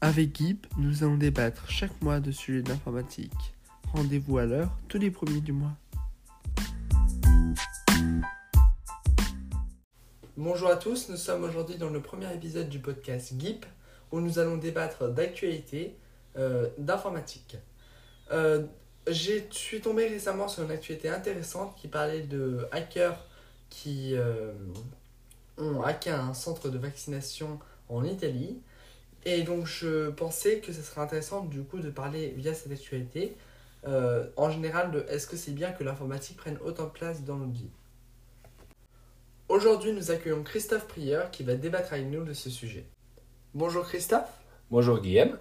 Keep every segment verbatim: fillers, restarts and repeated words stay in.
Avec Guip, nous allons débattre chaque mois de sujets d'informatique. Rendez-vous à l'heure tous les premiers du mois. Bonjour à tous, nous sommes aujourd'hui dans le premier épisode du podcast Guip où nous allons débattre d'actualité euh, d'informatique. Euh, je suis tombé récemment sur une actualité intéressante qui parlait de hackers qui euh, ont hacké un centre de vaccination en Italie. Et donc je pensais que ce serait intéressant du coup de parler via cette actualité euh, en général de est-ce que c'est bien que l'informatique prenne autant de place dans notre vie. Aujourd'hui nous accueillons Christophe Prieur qui va débattre avec nous de ce sujet. Bonjour Christophe. Bonjour Guillaume.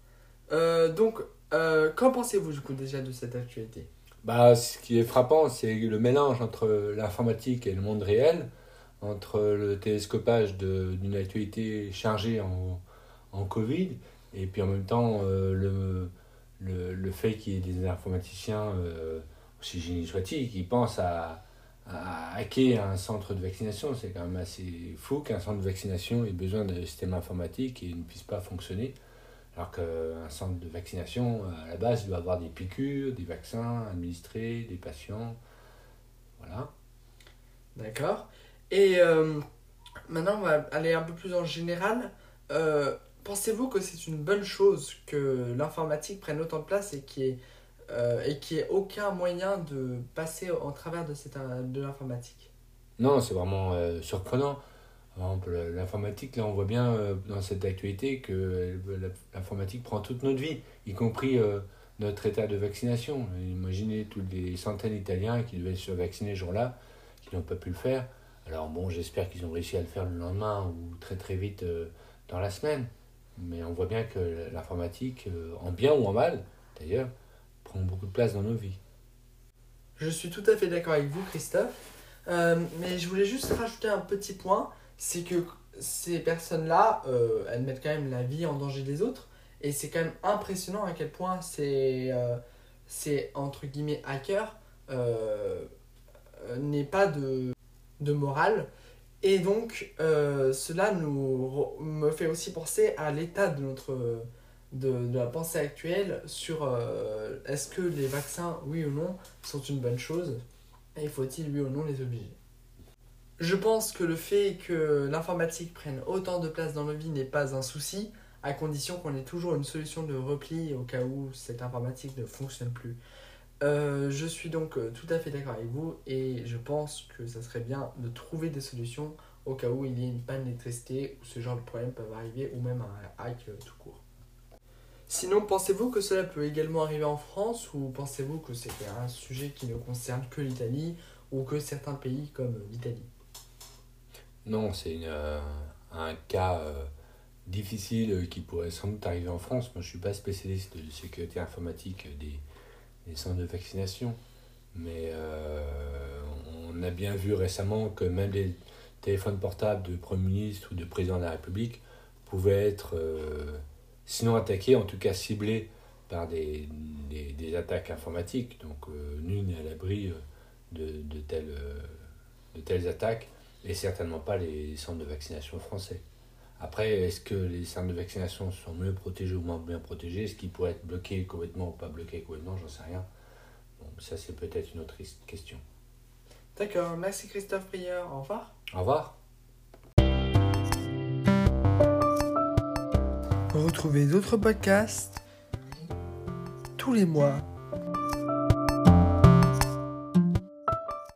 Euh, donc euh, qu'en pensez-vous du coup déjà de cette actualité ? Bah, ce qui est frappant, c'est le mélange entre l'informatique et le monde réel, entre le télescopage de, d'une actualité chargée en, en Covid, et puis en même temps euh, le, le, le fait qu'il y ait des informaticiens, euh, aussi génies soient-ils, qui pensent à, à hacker un centre de vaccination. C'est quand même assez fou qu'un centre de vaccination ait besoin de système informatique et ne puisse pas fonctionner. Alors qu'un centre de vaccination, à la base, doit avoir des piqûres, des vaccins administrés, des patients. Voilà. D'accord. Et euh, maintenant, on va aller un peu plus en général. Euh, pensez-vous que c'est une bonne chose que l'informatique prenne autant de place et qu'il n'y ait, euh, et qu'il y ait aucun moyen de passer en travers de, cette, de l'informatique ? Non, c'est vraiment euh, surprenant. Par exemple, l'informatique, là, on voit bien euh, dans cette actualité que euh, l'informatique prend toute notre vie, y compris euh, notre état de vaccination. Imaginez tous les centaines d'Italiens qui devaient se vacciner ce jour-là, qui n'ont pas pu le faire. Alors bon, j'espère qu'ils ont réussi à le faire le lendemain ou très très vite euh, dans la semaine. Mais on voit bien que l'informatique, euh, en bien ou en mal d'ailleurs, prend beaucoup de place dans nos vies. Je suis tout à fait d'accord avec vous, Christophe. Euh, mais je voulais juste rajouter un petit point. C'est que ces personnes-là, euh, elles mettent quand même la vie en danger des autres. Et c'est quand même impressionnant à quel point c'est, euh, c'est entre guillemets, hacker, euh, euh, n'est pas de, de morale. Et donc, euh, cela nous me fait aussi penser à l'état de, notre, de, de la pensée actuelle sur euh, est-ce que les vaccins, oui ou non, sont une bonne chose et faut-il, oui ou non, les obliger ? Je pense que le fait que l'informatique prenne autant de place dans nos vies n'est pas un souci, à condition qu'on ait toujours une solution de repli au cas où cette informatique ne fonctionne plus. Euh, je suis donc tout à fait d'accord avec vous et je pense que ça serait bien de trouver des solutions au cas où il y ait une panne d'électricité ou ce genre de problème peuvent arriver ou même un hack tout court. Sinon, pensez-vous que cela peut également arriver en France ou pensez-vous que c'est un sujet qui ne concerne que l'Italie ou que certains pays comme l'Italie ? Non, c'est une, euh, un cas euh, difficile qui pourrait sans doute arriver en France. Moi, je ne suis pas spécialiste de sécurité informatique des, des centres de vaccination, mais euh, on a bien vu récemment que même les téléphones portables de Premier ministre ou de Président de la République pouvaient être, euh, sinon attaqués, en tout cas ciblés par des, des, des attaques informatiques. Donc, euh, nul n'est à l'abri de, de, telles, de telles attaques. Et certainement pas les centres de vaccination français. Après, est-ce que les centres de vaccination sont mieux protégés ou moins bien protégés ? Est-ce qu'ils pourraient être bloqués complètement ou pas bloqués complètement ? J'en sais rien. Bon, ça, c'est peut-être une autre question. D'accord, merci Christophe Prieur. Au revoir. Au revoir. Retrouvez d'autres podcasts tous les mois